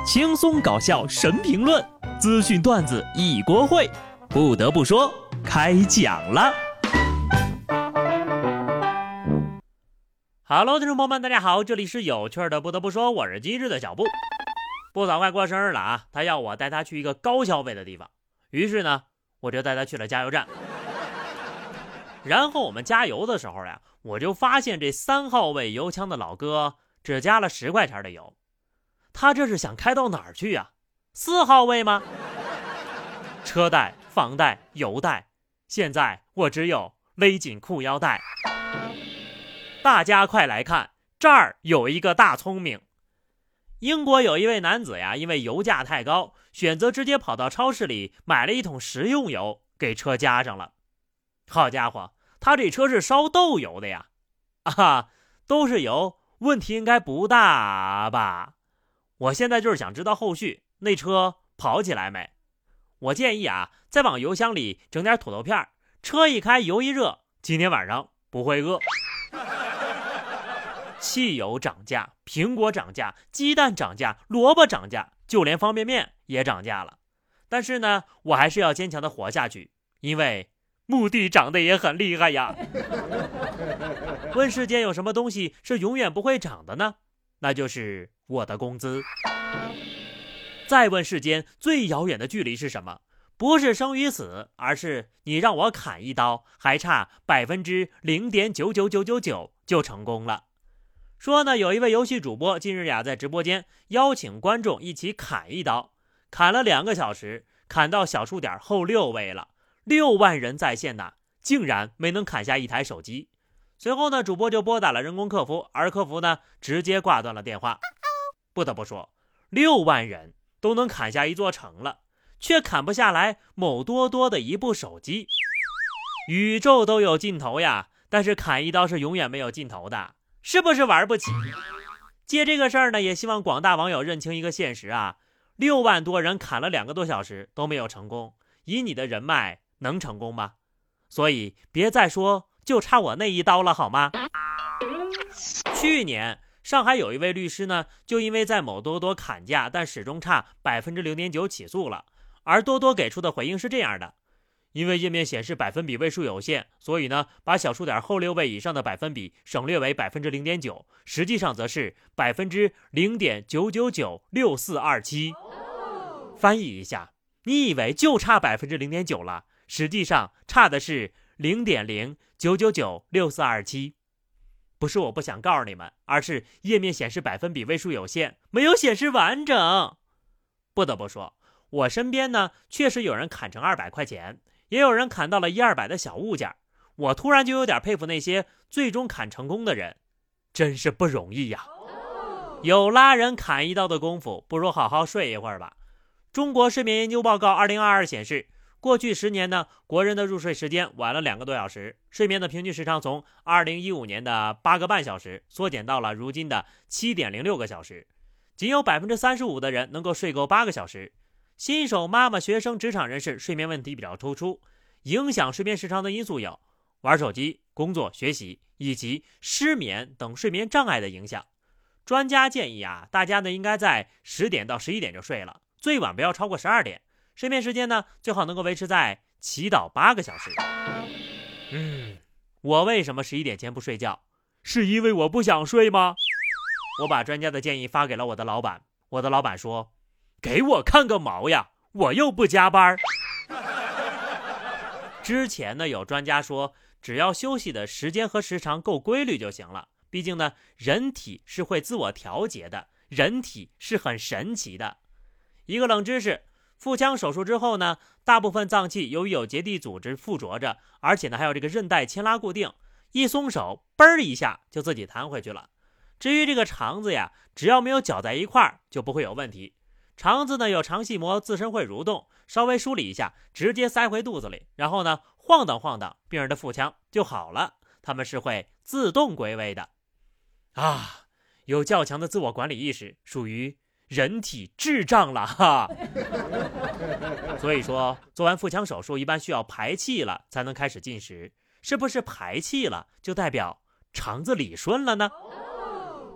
轻松搞笑神评论，资讯段子一锅烩。不得不说，开讲了。Hello， 听众朋友们，大家好，这里是有趣的。不得不说，我是今日的小布。布嫂快过生日了啊，他要我带他去一个高消费的地方，于是呢，我就带他去了加油站。然后我们加油的时候呀，我就发现这3号位油枪的老哥只加了10块钱的油，他这是想开到哪儿去呀？4号位吗？车贷、房贷、油贷，现在我只有勒紧裤腰带。大家快来看，这儿有一个大聪明。英国有一位男子呀，因为油价太高，选择直接跑到超市里买了一桶食用油给车加上了。好家伙，他这车是烧豆油的呀！啊，都是油，问题应该不大吧？我现在就是想知道后续那车跑起来没。我建议啊，再往油箱里整点土豆片，车一开油一热，今天晚上不会饿。汽油涨价，苹果涨价，鸡蛋涨价，萝卜涨价，就连方便面也涨价了。但是呢，我还是要坚强的活下去，因为墓地涨得也很厉害呀。问世间有什么东西是永远不会涨的呢？那就是我的工资。再问世间最遥远的距离是什么？不是生与死，而是你让我砍一刀，还差0.0999999就成功了。说呢，有一位游戏主播近日呀，在直播间邀请观众一起砍一刀，砍了2个小时，砍到小数点后6位了，6万人在线呐，竟然没能砍下一台手机。随后呢，主播就拨打了人工客服，而客服呢直接挂断了电话。不得不说，6万人都能砍下一座城了，却砍不下来某多多的一部手机。宇宙都有尽头呀，但是砍一刀是永远没有尽头的，是不是玩不起？借这个事儿呢，也希望广大网友认清一个现实啊，6万多人砍了2个多小时都没有成功，以你的人脉能成功吗？所以别再说就差我那一刀了好吗？去年上海有一位律师呢，就因为在某多多砍价，但始终差 0.9% 起诉了。而多多给出的回应是这样的：因为页面显示百分比位数有限，所以呢，把小数点后6位以上的百分比省略为 0.9%， 实际上则是 0.9996427。 翻译一下，你以为就差 0.9% 了，实际上差的是 0.09996427。不是我不想告诉你们，而是页面显示百分比位数有限，没有显示完整。不得不说，我身边呢确实有人砍成200块钱，也有人砍到了100-200的小物件。我突然就有点佩服那些最终砍成功的人，真是不容易呀。有拉人砍一刀的功夫，不如好好睡一会儿吧。中国睡眠研究报告2022显示，过去10年呢，国人的入睡时间晚了2个多小时，睡眠的平均时长从2015年的8个半小时缩减到了如今的 7.06 个小时，仅有 35% 的人能够睡够8个小时。新手妈妈、学生、职场人士睡眠问题比较突出，影响睡眠时长的因素有玩手机、工作、学习以及失眠等睡眠障碍的影响。专家建议啊，大家呢应该在10点到11点就睡了，最晚不要超过12点。睡眠时间呢，最好能够维持在7到8个小时。我为什么11点前不睡觉？是因为我不想睡吗？我把专家的建议发给了我的老板，我的老板说：“给我看个毛呀，我又不加班。”之前呢，有专家说，只要休息的时间和时长够规律就行了。毕竟呢，人体是会自我调节的，人体是很神奇的。一个冷知识。腹腔手术之后呢，大部分脏器由于有结缔组织附着着，而且呢还有这个韧带牵拉固定，一松手，嘣一下就自己弹回去了。至于这个肠子呀，只要没有搅在一块儿，就不会有问题。肠子呢有肠系膜，自身会蠕动，稍微梳理一下，直接塞回肚子里，然后呢晃荡晃荡，病人的腹腔就好了。他们是会自动归位的。有较强的自我管理意识，属于人体智障了哈。所以说做完腹腔手术一般需要排气了才能开始进食，是不是排气了就代表肠子理顺了呢？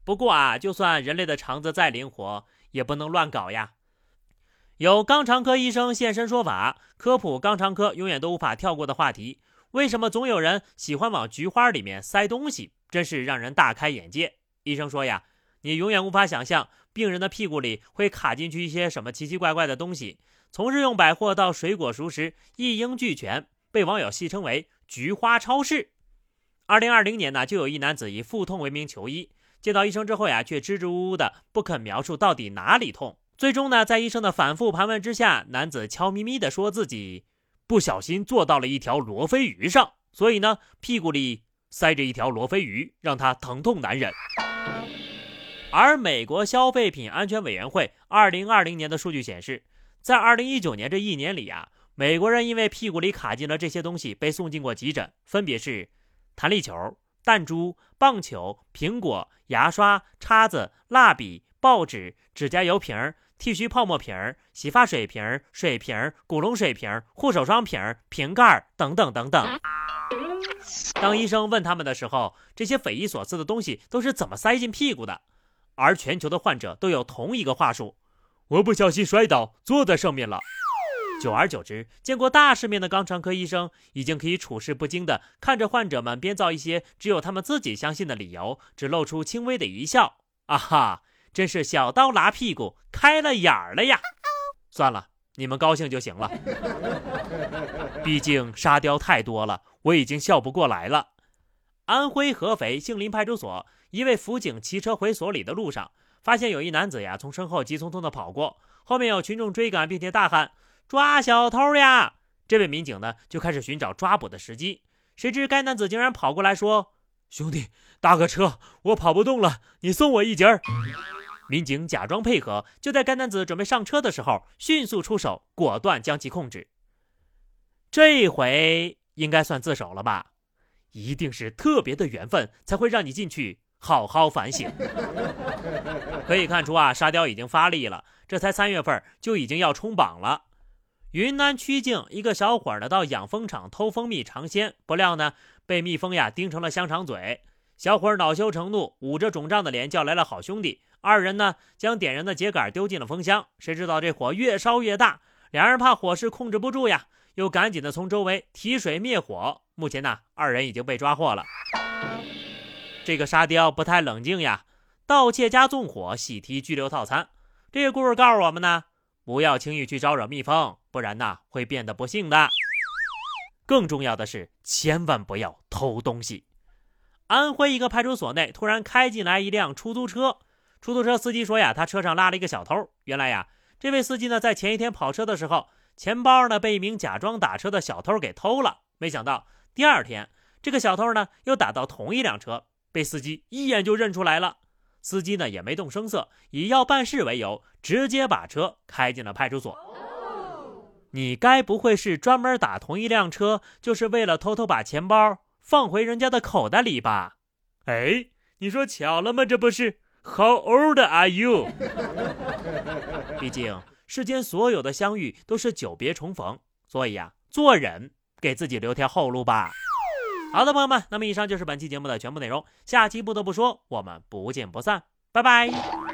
不过啊，就算人类的肠子再灵活，也不能乱搞呀。有肛肠科医生现身说法，科普肛肠科永远都无法跳过的话题：为什么总有人喜欢往菊花里面塞东西？真是让人大开眼界。医生说呀，你永远无法想象病人的屁股里会卡进去一些什么奇奇怪怪的东西。从日用百货到水果熟食，一应俱全，被网友戏称为菊花超市。2020年呢，就有一男子以腹痛为名求医，见到医生之后呀，却支支吾吾的不肯描述到底哪里痛。最终呢，在医生的反复盘问之下，男子悄咪咪地说自己不小心坐到了一条罗非鱼上，所以呢，屁股里塞着一条罗非鱼，让他疼痛难忍。而美国消费品安全委员会2020年的数据显示，在2019年这一年里啊，美国人因为屁股里卡进了这些东西被送进过急诊，分别是弹力球、弹珠、棒球、苹果、牙刷、叉子、蜡笔、报纸、指甲油瓶、剃须泡沫瓶、洗发水瓶、水瓶、古龙水瓶、护手霜瓶、瓶盖等等等等。当医生问他们的时候，这些匪夷所思的东西都是怎么塞进屁股的？而全球的患者都有同一个话术：我不小心摔倒，坐在上面了。久而久之，见过大世面的肛肠科医生已经可以处事不惊的看着患者们编造一些只有他们自己相信的理由，只露出轻微的一笑。啊哈，真是小刀拉屁股开了眼儿了呀！算了，你们高兴就行了。毕竟沙雕太多了，我已经笑不过来了。安徽合肥杏林派出所，一位辅警骑车回所里的路上，发现有一男子呀从身后急匆匆的跑过，后面有群众追赶，并且大喊抓小偷呀！这位民警呢就开始寻找抓捕的时机，谁知该男子竟然跑过来说：兄弟，搭个车，我跑不动了，你送我一截儿。民警假装配合，就在该男子准备上车的时候，迅速出手，果断将其控制。这回应该算自首了吧？一定是特别的缘分，才会让你进去好好反省。可以看出啊，沙雕已经发力了，这才3月份就已经要冲榜了。云南曲靖一个小伙呢到养蜂场偷蜂蜜尝鲜，不料呢被蜜蜂呀叮成了香肠嘴。小伙恼羞成怒，捂着肿胀的脸叫来了好兄弟，二人呢将点燃的秸秆丢进了蜂箱。谁知道这火越烧越大，两人怕火势控制不住呀，又赶紧的从周围提水灭火。目前呢，二人已经被抓获了。这个沙雕不太冷静呀，盗窃加纵火，喜提拘留套餐。这个故事告诉我们呢，不要轻易去招惹蜜蜂，不然呢会变得不幸的。更重要的是，千万不要偷东西。安徽一个派出所内突然开进来一辆出租车，出租车司机说呀，他车上拉了一个小偷。原来呀，这位司机呢在前一天跑车的时候，钱包呢被一名假装打车的小偷给偷了。没想到第二天，这个小偷呢又打到同一辆车，被司机一眼就认出来了。司机呢也没动声色，以要办事为由，直接把车开进了派出所。你该不会是专门打同一辆车，就是为了偷偷把钱包放回人家的口袋里吧？哎，你说巧了吗？这不是 How old are you？ 毕竟世间所有的相遇都是久别重逢，所以呀，做人给自己留条后路吧。好的，朋友们，那么以上就是本期节目的全部内容，下期不得不说，我们不见不散，拜拜。